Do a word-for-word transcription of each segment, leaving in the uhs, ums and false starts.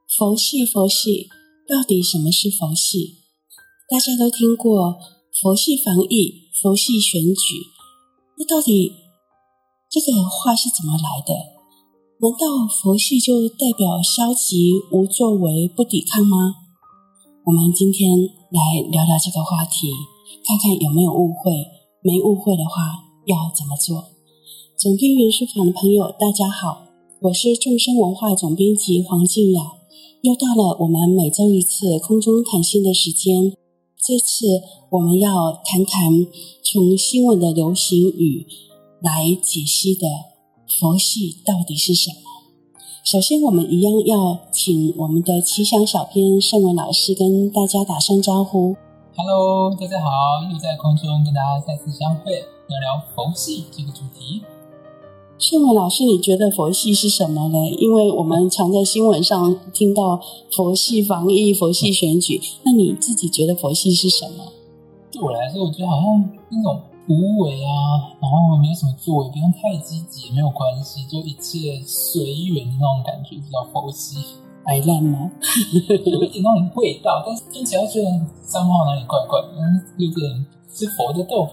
佛系佛系，到底什么是佛系？大家都听过佛系防疫、佛系选举，那到底这个话是怎么来的？难道佛系就代表消极、无作为、不抵抗吗？我们今天来聊聊这个话题，看看有没有误会，没误会的话要怎么做。总编元书房的朋友大家好，我是众生文化总编辑黄静雅，又到了我们每周一次空中谈心的时间。这次我们要谈谈从新闻的流行语来解析的佛系到底是什么。首先我们一样要请我们的奇想小编盛文老师跟大家打声招呼。 Hello， 大家好，又在空中跟大家再次相会，聊聊佛系这个主题。 盛文老师，你觉得佛系是什么呢？因为我们常在新闻上听到佛系防疫、佛系选举，那你自己觉得佛系是什么？ 对我来说，我觉得好像那种无为啊，然后没有什么作为，不用太积极，没有关系，就一切随缘的那种感觉，就叫佛系。 摆烂吗？ 有一点那种味道，但是听起来觉得三号哪里怪怪的，有点是佛的豆腐。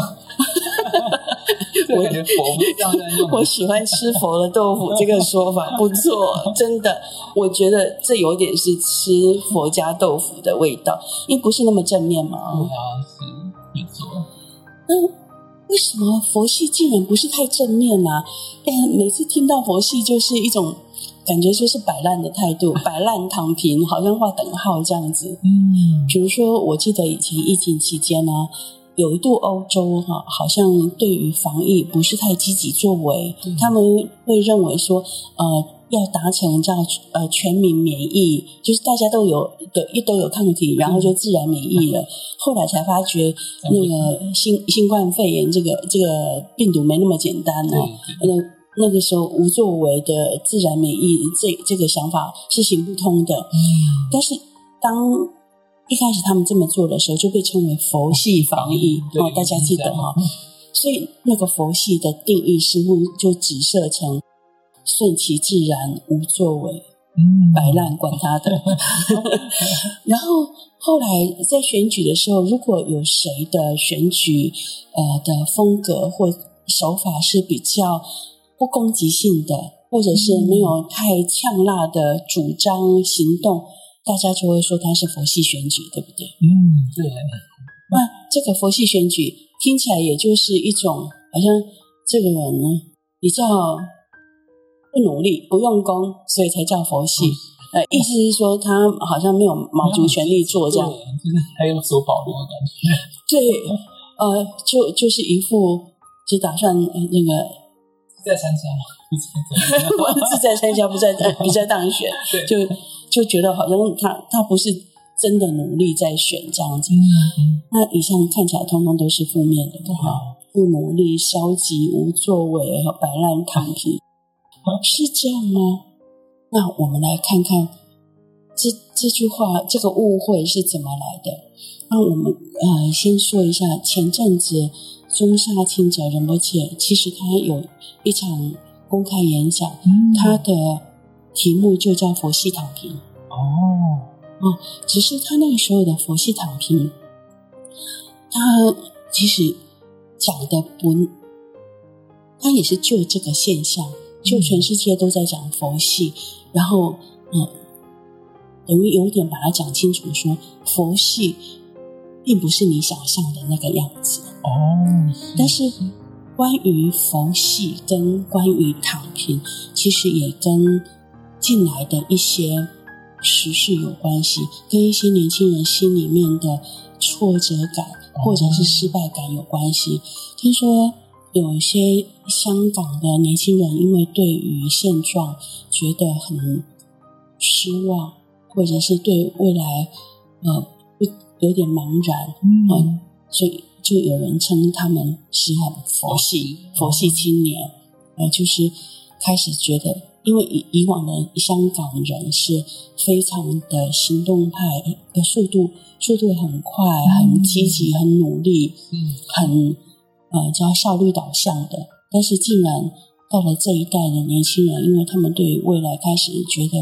我感觉佛不是这样在用。 我喜欢吃佛的豆腐这个说法不错，真的，我觉得这有点是吃佛家豆腐的味道，因为不是那么正面嘛。 对啊，是没错。 那为什么佛系竟然不是太正面呢、啊？但每次听到佛系就是一种感觉，就是摆烂的态度，摆烂躺平，好像画等号这样子。 嗯， 比如说，我记得以前疫情期间呢、啊。有一度欧洲哈、啊，好像对于防疫不是太积极作为，嗯、他们会认为说，呃，要达成这样呃全民免疫，就是大家都有都都有抗体，然后就自然免疫了。嗯、后来才发觉，那个新新冠肺炎这个这个病毒没那么简单呢、啊。那那个时候无作为的自然免疫这这个想法是行不通的。嗯、但是当一开始他们这么做的时候，就被称为佛系防疫，哦，大家记得哈、哦。所以那个佛系的定义似乎就指涉成顺其自然、无作为、嗯、摆烂，管他的。然后后来在选举的时候，如果有谁的选举呃的风格或手法是比较不攻击性的，或者是没有太呛辣的主张行动，大家就会说他是佛系选举，对不对？ 嗯，对。 那这个佛系选举听起来也就是一种好像这个人呢比较不努力、不用功，所以才叫佛系。呃，意思是说他好像没有卯足全力做这样， 就是还有所保留的感觉。 对，呃，就就是一副只打算、呃、那个在参加吗？ 不是在参加，不在不在当选，就。就觉得好像他他不是真的努力在选这样子，嗯、那以上看起来通通都是负面的，哈、嗯，不努力、消极、无作为和摆烂躺平，嗯、是这样吗？那我们来看看这这句话这个误会是怎么来的。那我们呃先说一下，前阵子宗喀钦者仁波切其实他有一场公开演讲，嗯、他的题目就叫佛系躺平。 哦， 哦，只是他那个时候的佛系躺平，他其实讲的不，他也是就这个现象，就全世界都在讲佛系，然后嗯，等于有点把它讲清楚说，佛系并不是你想象的那个样子。 哦， 但是关于佛系跟关于躺平，其实也跟进来的一些时事有关系，跟一些年轻人心里面的挫折感或者是失败感有关系。听说有一些香港的年轻人因为对于现状觉得很失望，或者是对未来呃有点茫然，嗯、呃，所以就有人称他们是很佛系佛系青年，呃，就是开始觉得，因为以以往的香港人是非常的行动派的速度，速度很快，很积极，很努力，嗯，很呃叫效率导向的。但是竟然到了这一代的年轻人，因为他们对未来开始觉得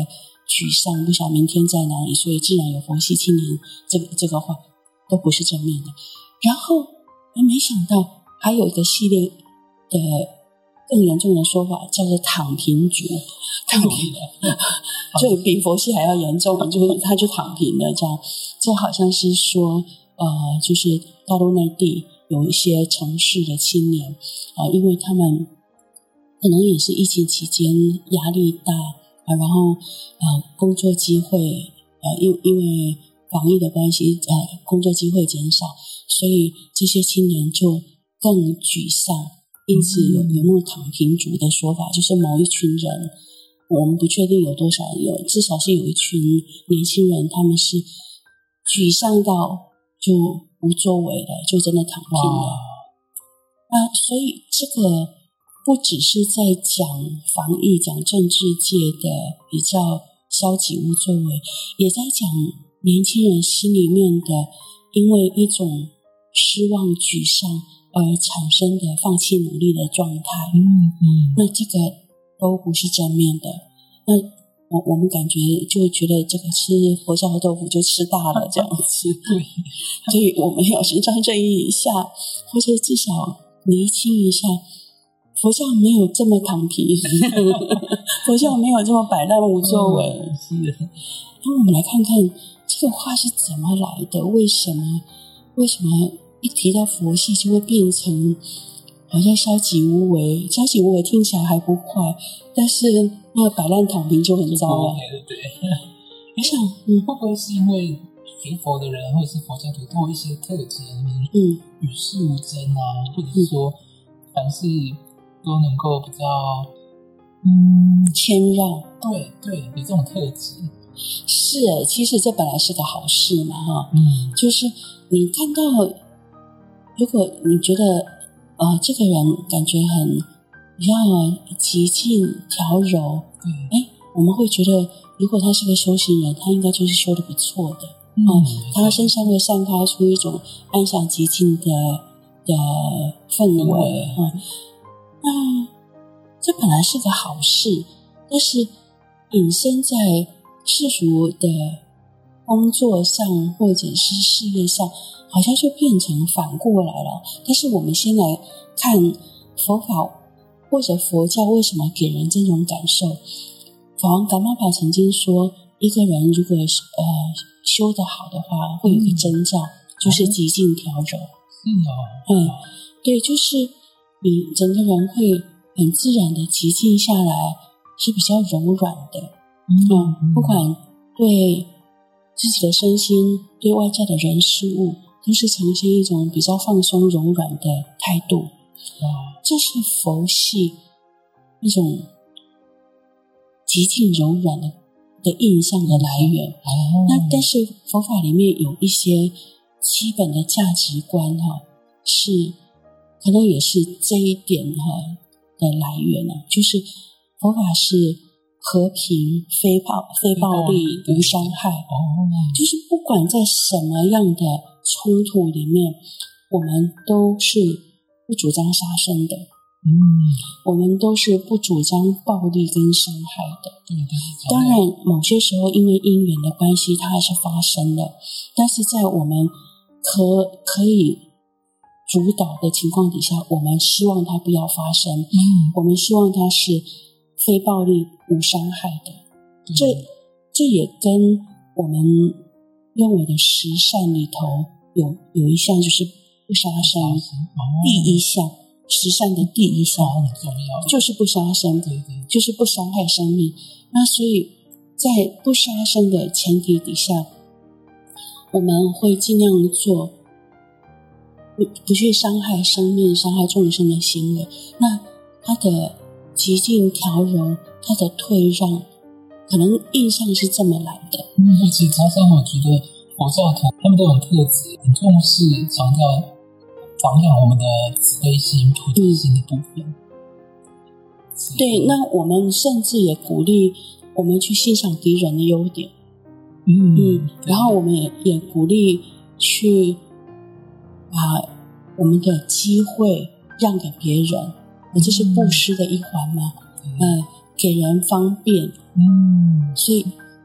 沮丧，不晓得明天在哪里，所以自然有佛系青年这个这个话都不是正面的。然后没想到还有一个系列的更严重的说法叫做躺平族，躺平了，就比佛系还要严重，就是他就躺平了这样。这好像是说呃，就是大陆内地有一些城市的青年啊、呃，因为他们可能也是疫情期间压力大啊，然后呃工作机会呃因因为防疫的关系呃工作机会减少，所以这些青年就更沮丧，因此有有那种躺平族的说法，就是某一群人，我们不确定有多少，有至少是有一群年轻人，他们是沮丧到就无作为了，就真的躺平了。那所以这个不只是在讲防疫、讲政治界的比较消极无作为，也在讲年轻人心里面的因为一种失望、沮丧而产生的放弃努力的状态。 嗯嗯， 那这个都不是正面的。那我我们感觉就觉得这个吃佛教的豆腐就吃大了这样子。 对， 所以我们要伸张正义一下，或者至少厘清一下，佛教没有这么躺平，佛教没有这么摆烂无作为。 嗯、是。 那我们来看看这个话是怎么来的？为什么？为什么一提到佛系就会变成好像消极无为？消极无为听起来还不坏，但是那个摆烂躺平就很糟了。 对对对。 我想，嗯， 会不会是因为学佛的人或者是佛教徒都有一些特质，嗯，与世无争啊，或者是说凡事都能够比较嗯谦让？ 对对，有这种特质。 是诶，其实这本来是个好事嘛，哈， 嗯， 就是你看到，如果你觉得呃这个人感觉很比较极尽调柔， 对， 哎，我们会觉得，如果他是个修行人，他应该就是修得不错的，嗯，呃、他身上会散发出一种安详极静的的氛围，啊、嗯，那这本来是个好事，但是隐身在世俗的工作上或者是事业上，好像就变成反过来了。但是我们先来看佛法或者佛教为什么给人这种感受。法王噶玛巴曾经说，一个人如果呃修得好的话，会有一个征兆，嗯、就是极尽调柔。 是哦， 嗯，对，就是你整个人会很自然的极静下来，是比较柔软的。嗯，不管对自己的身心，对外在的人事物，都是呈现一种比较放松柔软的态度。 哇， 这是佛系一种极尽柔软的的印象的来源。 哦， 那但是佛法里面有一些基本的价值观哈，是可能也是这一点哈的来源呢，就是佛法是和平、非暴、非暴力、无伤害。 哦， 就是不管在什么样的冲突里面，我们都是不主张杀生的。 嗯， 我们都是不主张暴力跟伤害的。 对对， 当然，某些时候因为因缘的关系，它还是发生了。但是在我们可可以主导的情况底下，我们希望它不要发生。 嗯， 我们希望它是非暴力、无伤害的。 嗯、 这这也跟我们认为的十善里头有有一项就是不杀生， 哦、 第一项十善的第一项、 哦、很重要， 就是不杀生， 对对， 就是不伤害生命。那所以在不杀生的前提底下，我们会尽量做不不去伤害生命、伤害众生的行为。那它的极尽调柔，它的退让，可能印象是这么来的。 嗯，而且加上我觉得佛教徒他们都很特质，很重视强调长养我们的慈悲心、菩提心的部分。嗯、 对，那我们甚至也鼓励我们去欣赏敌人的优点。 嗯嗯，然后我们也也鼓励去把我们的机会让给别人，这是布施的一环嘛。嗯、呃，给人方便。 嗯， 所以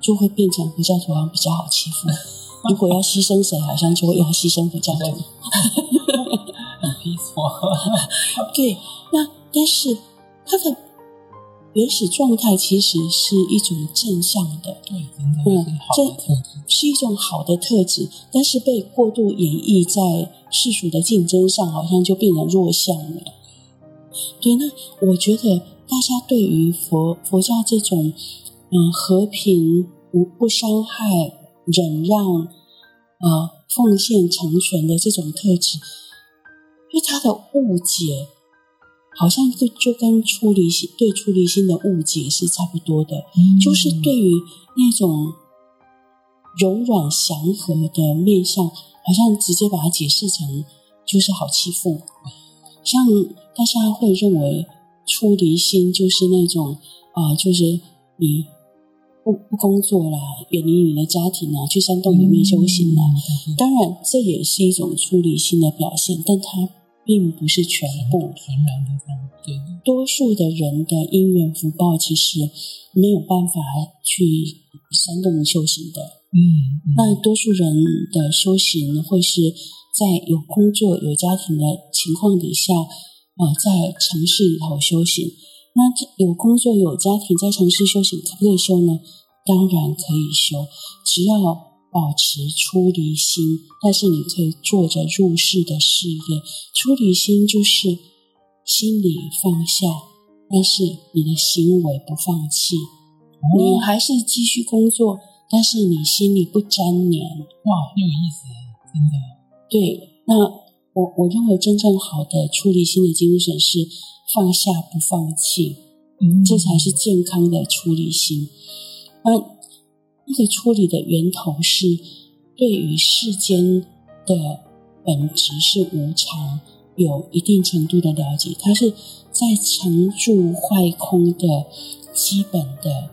就会变成佛教徒好像比较好欺负。如果要牺牲谁，好像就会要牺牲佛教徒。 很批错。 对，那但是它的原始状态其实是一种正向的， 对，真的是好的特质， 是一种好的特质，但是被过度演绎在世俗的竞争上，好像就变成弱项了。对，那我觉得大家对于佛佛教这种嗯和平、不不伤害、忍让、呃奉献、成全的这种特质，对它的误解，好像就就跟出离心对出离心的误解是差不多的，嗯、就是对于那种柔软祥和的面向，好像直接把它解释成就是好欺负。像大家会认为出离心就是那种啊、呃，就是你不不工作啦，远离你的家庭啊，去山洞里面修行啦。嗯、当然，这也是一种出离心的表现，但它并不是全部。 全然的这样，对。 多数的人的因缘福报其实没有办法去山洞修行的。 嗯，嗯那多数人的修行会是在有工作、有家庭的情况底下，呃，在城市里头修行。那有工作、有家庭，在城市修行可不可以修呢？当然可以修，只要保持出离心，但是你可以做着入世的事业。出离心就是心里放下，但是你的行为不放弃，哦、你还是继续工作，但是你心里不沾黏。 哇，很有意思，真的。 对，那我我认为真正好的出离心的精神是放下不放弃，嗯，这才是健康的出离心。那那个出离的源头是对于世间的本质是无常有一定程度的了解，它是在成住坏空的基本的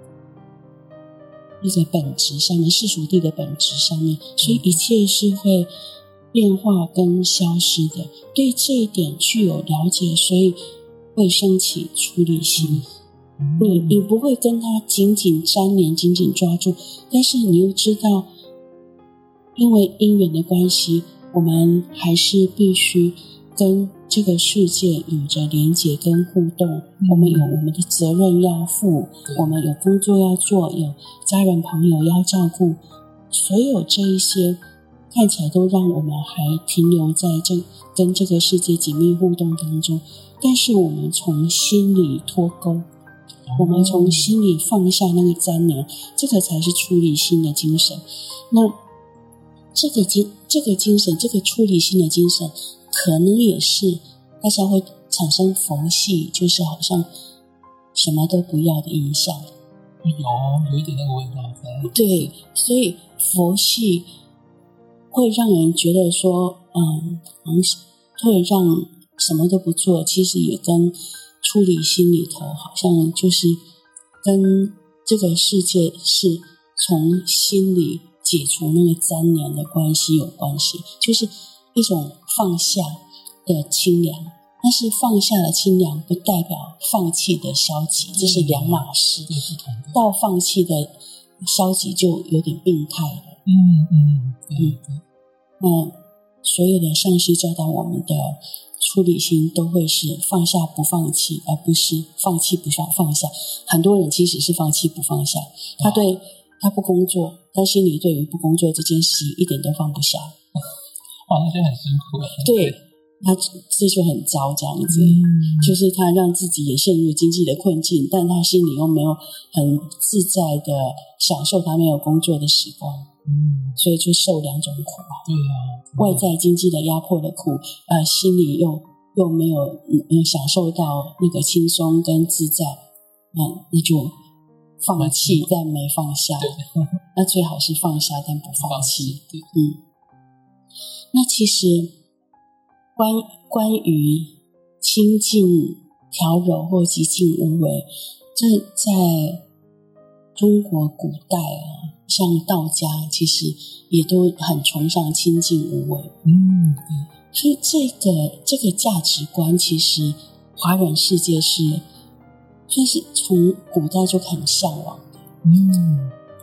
那个本质上面，世俗谛的本质上面，所以一切是会变化跟消失的。对这一点具有了解，所以会升起出离心。嗯、你你不会跟它紧紧粘连、紧紧抓住，但是你又知道，因为因缘的关系，我们还是必须跟这个世界有着连结跟互动。嗯、我们有我们的责任要负，我们有工作要做，有家人朋友要照顾，所有这一些看起来都让我们还停留在这跟这个世界紧密互动当中，但是我们从心里脱钩，哦、我们从心里放下那个粘连，这个才是出离心的精神。那这个精这个精神，这个出离心的精神，可能也是大家会产生佛系，就是好像什么都不要的印象。 有有一点那个味道在。 对，所以佛系会让人觉得说，嗯，会让什么都不做，其实也跟出离心里头好像就是跟这个世界是从心里解除那个粘连的关系有关系，就是一种放下的清凉。但是放下的清凉不代表放弃的消极，这是两码事。嗯、到放弃的消极就有点病态了。 嗯嗯嗯嗯。 那所有的上师教导我们的出离心都会是放下不放弃，而不是放弃不放下。很多人其实是放弃不放下，他对他不工作，但心里对于不工作这件事一点都放不下。 哇，那就很辛苦了。 对，他这就很糟，这样子，嗯、就是他让自己也陷入经济的困境，但他心里又没有很自在的享受他没有工作的时光，嗯，所以就受两种苦啊。 对啊， 外在经济的压迫的苦，呃，心里又又没有没有享受到那个轻松跟自在，那那就放弃但没放下，那最好是放下但不放弃。 对， 嗯。那其实关关于清净调柔或极静无为，这在中国古代啊，像道家其实也都很崇尚清净无为。 嗯， 所以这个这个价值观，其实华人世界是算是从古代就很向往的。 嗯，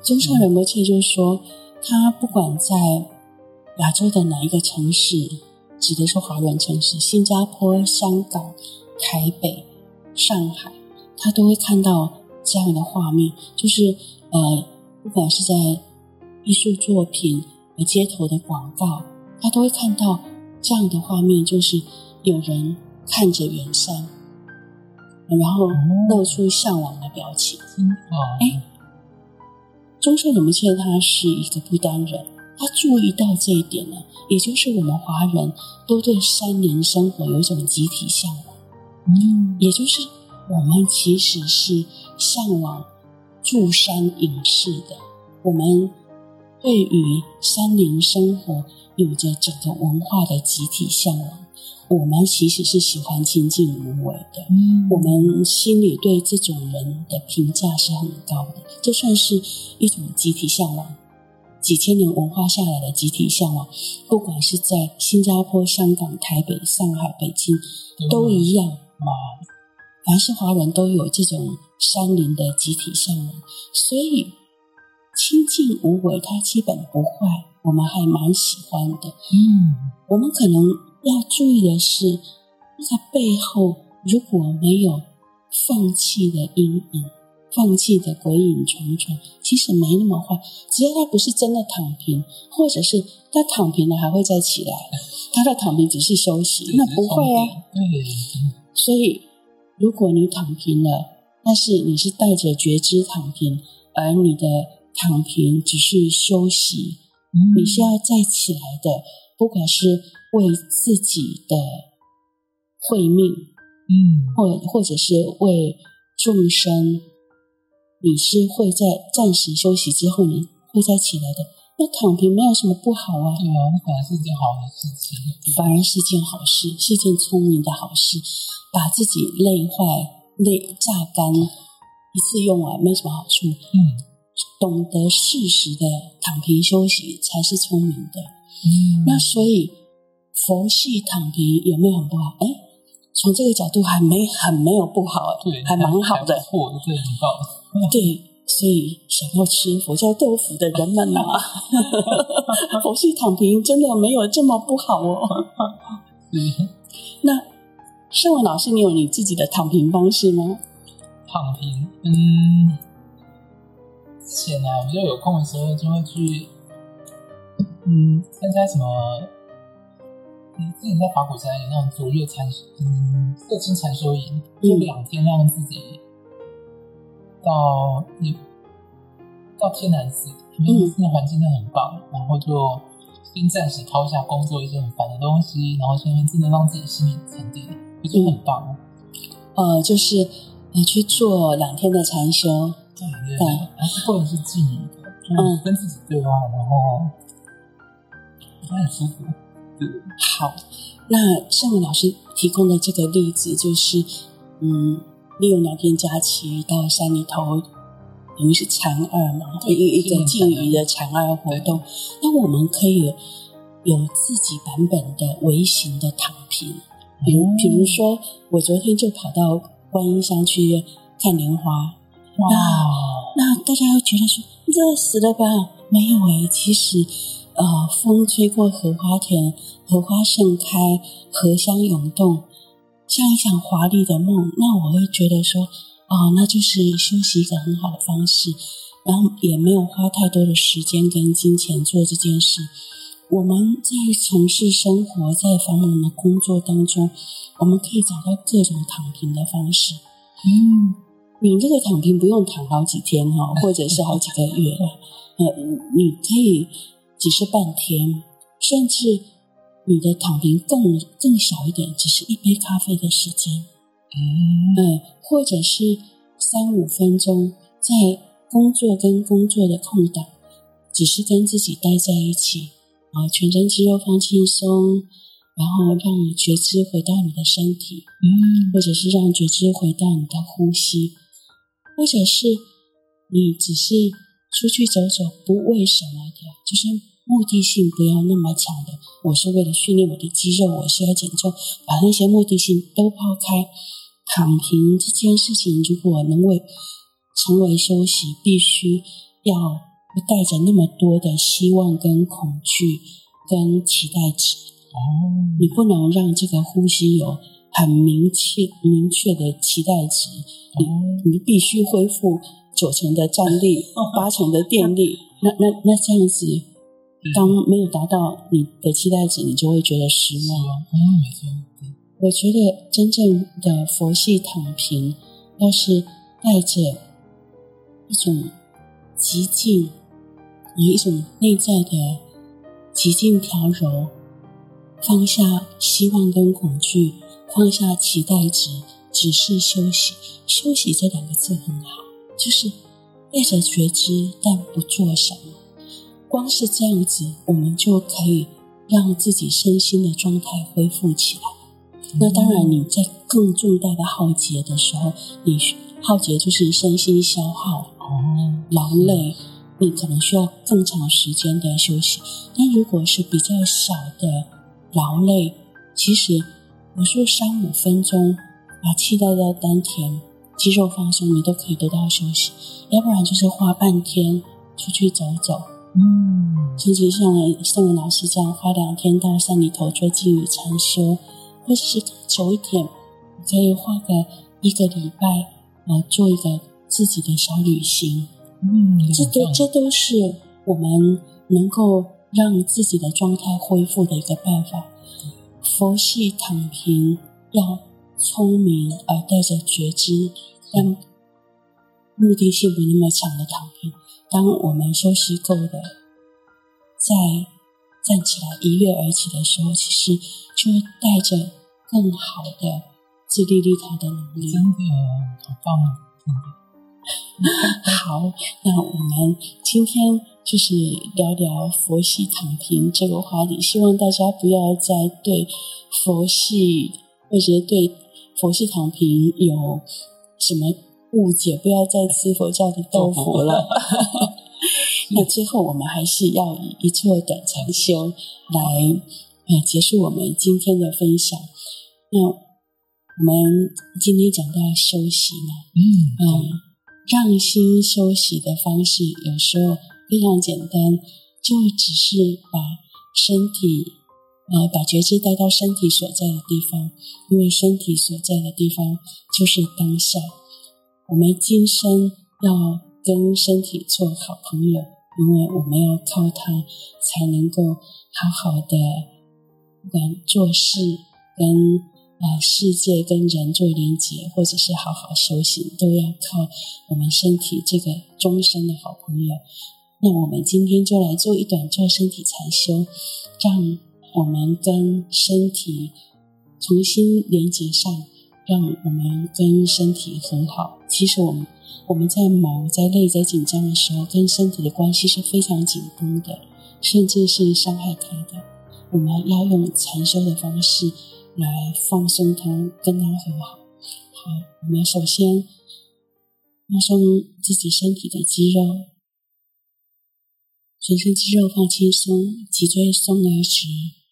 宗喀仁波切就是说，他不管在亚洲的哪一个城市，指的是华人城市，新加坡、香港、台北、上海，他都会看到这样的画面，就是呃，不管是在艺术作品、街头的广告，他都会看到这样的画面，就是有人看着远山，然后露出向往的表情。哎、哦，宗喀仁波切他是一个不丹人，他注意到这一点呢，也就是我们华人都对山林生活有一种集体向往，嗯，也就是我们其实是向往住山隐士的，我们对于山林生活有着整个文化的集体向往，我们其实是喜欢清净无为的，嗯，我们心里对这种人的评价是很高的，这算是一种集体向往，几千年文化下来的集体向往，不管是在新加坡、香港、台北、上海、北京都一样，凡是华人都有这种山林的集体向往，所以清净无为它基本不坏，我们还蛮喜欢的。嗯，我们可能要注意的是，那个背后如果没有放弃的阴影，放弃的鬼影重重，其实没那么坏，只要他不是真的躺平，或者是他躺平了还会再起来，他的躺平只是休息，那不会啊。对，所以如果你躺平了，但是你是带着觉知躺平，而你的躺平只是休息，嗯，你是要再起来的，不管是为自己的慧命，嗯，或或者是为众生，你是会在暂时休息之后你会再起来的，那躺平没有什么不好啊。 对啊，那反而是一件好的事情， 反而是件好事，是件聪明的好事，把自己累坏累榨干一次用完没什么好处，嗯，懂得适时的躺平休息才是聪明的。嗯，那所以佛系躺平有没有很不好？哎，从这个角度还没很没有不好， 对， 还蛮好的， 错的，对，很棒。 对，所以想要吃佛教豆腐的人们啊，佛系躺平真的没有这么不好哦。 嗯， 那圣文老师，你有你自己的躺平方式吗？ 躺平，嗯，之前啊，我就有空的时候就会去，嗯，参加什么，嗯，之前在法鼓山有那种卓越禅，嗯，色清禅修营，就两天让自己到你到天南寺，因为那环境真的很棒，然后就先暂时抛下工作一些很烦的东西，然后先真的让自己心里沉淀，我觉得很棒。 呃，就是呃去做两天的禅修， 对对对，然后或者是静语的，嗯，跟自己对话，然后我觉得很舒服。对， 好，那圣文老师提供的这个例子就是，嗯，利用两天假期到山里头，等于是禅二嘛，一一个静语的禅二活动。那我们可以有自己版本的微型的躺平，比如、嗯、比如说，我昨天就跑到观音山去看莲花，哇，那那大家又觉得说热死了吧？没有诶，其实。呃，风吹过荷花田，荷花盛开，荷香涌动，像一场华丽的梦。那我会觉得说，哦，那就是休息一个很好的方式，然后也没有花太多的时间跟金钱做这件事。我们在城市生活，在繁忙的工作当中，我们可以找到各种躺平的方式。嗯，你这个躺平不用躺好几天哈，或者是好几个月，呃，你可以。只是半天，甚至你的躺平更更小一点，只是一杯咖啡的时间，嗯，嗯，或者是三五分钟，在工作跟工作的空档，只是跟自己待在一起，啊，全身肌肉放轻松，然后让觉知回到你的身体，嗯，或者是让觉知回到你的呼吸，或者是你只是出去走走，不为什么的，就是目的性不要那么强的，我是为了训练我的肌肉，我是要减重，把那些目的性都抛开。躺平这件事情如果能为成为休息，必须要不带着那么多的希望跟恐惧跟期待值。 哦， 你不能让这个呼吸有很明确明确的期待值，你、哦、你必须恢复九成的站立，八成的电力。那那那这样子，当没有达到你的期待值，你就会觉得失望。 嗯，没错。 我觉得真正的佛系躺平，要是带着一种极静，有一种内在的极静调柔，放下希望跟恐惧，放下期待值，只是休息。休息这两个字很好，就是带着觉知但不做什么。光是这样子，我们就可以让自己身心的状态恢复起来。嗯、那当然你在更重大的浩劫的时候，你浩劫就是身心消耗、哦、劳累，你可能需要更长时间的休息。但如果是比较小的劳累，其实我说三五分钟把气带到丹田，肌肉放松，你都可以得到休息。要不然就是花半天出去走走，嗯，甚至像像我老师这样花两天到山里头做静语禅修，或者是久一点，你可以花个一个礼拜来做一个自己的小旅行。嗯，这都这都是我们能够让自己的状态恢复的一个办法。佛系躺平要聪明而带着觉知，但目的性不那么强的躺平。当我们休息够了，再站起来一跃而起的时候，其实就带着更好的自利利他的能力。 真的好棒啊！ 好，那我们今天就是聊聊佛系躺平这个话题，希望大家不要再对佛系或者对佛系躺平有什么误解，不要再吃佛教的豆腐了。那最后我们还是要以一座短禅修来、呃、结束我们今天的分享。那我们今天讲到休息嘛，嗯嗯，让心休息的方式有时候非常简单，就只是把身体呃，把觉知带到身体所在的地方，因为身体所在的地方就是当下。我们今生要跟身体做好朋友，因为我们要靠它才能够好好的不管做事跟呃世界跟人做连结，或者是好好修行，都要靠我们身体这个终身的好朋友。那我们今天就来做一段做身体禅修，让我们跟身体重新连结上，让我们跟身体很好。其实我们我们在忙、在累、在紧张的时候，跟身体的关系是非常紧绷的，甚至是伤害它的。我们要用禅修的方式来放松它，跟它和好。好，我们首先放松自己身体的肌肉，全身肌肉放轻松，脊椎松而直，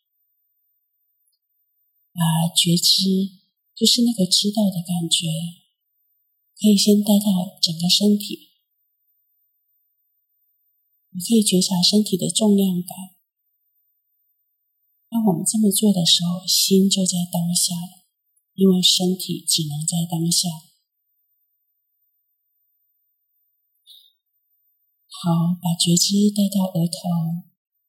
把觉知，就是那个知道的感觉，可以先带到整个身体。你可以觉察身体的重量感。当我们这么做的时候，心就在当下了，因为身体只能在当下。好，把觉知带到额头，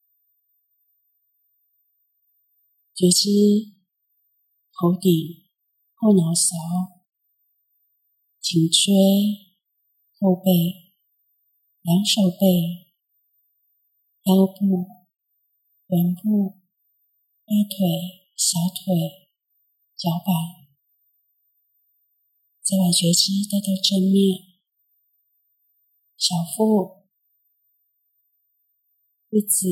觉知头顶、后脑勺、颈椎、后背、两手背、腰部、臀部、大腿、小腿、脚板，再把觉知带到正面，小腹、肚子、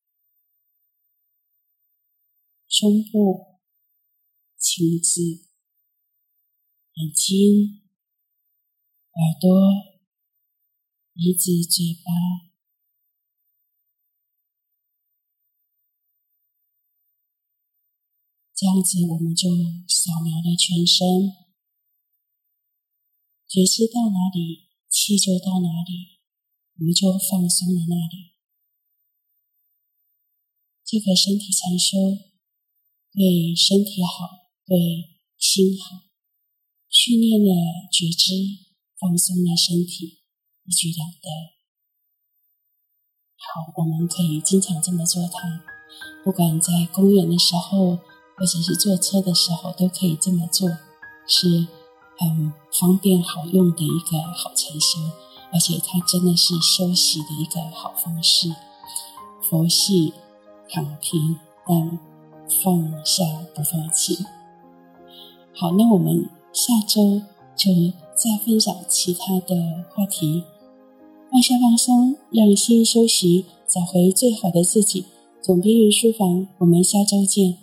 胸部、颈子、眼睛、耳朵、鼻子、嘴巴。这样子我们就扫描了全身，觉知到哪里，气就到哪里， 我们就放松了那里。这个身体禅修对身体好，对心好，训练了觉知，放松了身体，一举两得。好，我们可以经常这么做它，不管在公园的时候，或者是坐车的时候，都可以这么做，是很方便好用的一个好禅修，而且它真的是休息的一个好方式。佛系躺平，但放下不放弃。好，那我们下周就再分享其他的话题。放下放松，让心休息，找回最好的自己。总编云书房，我们下周见。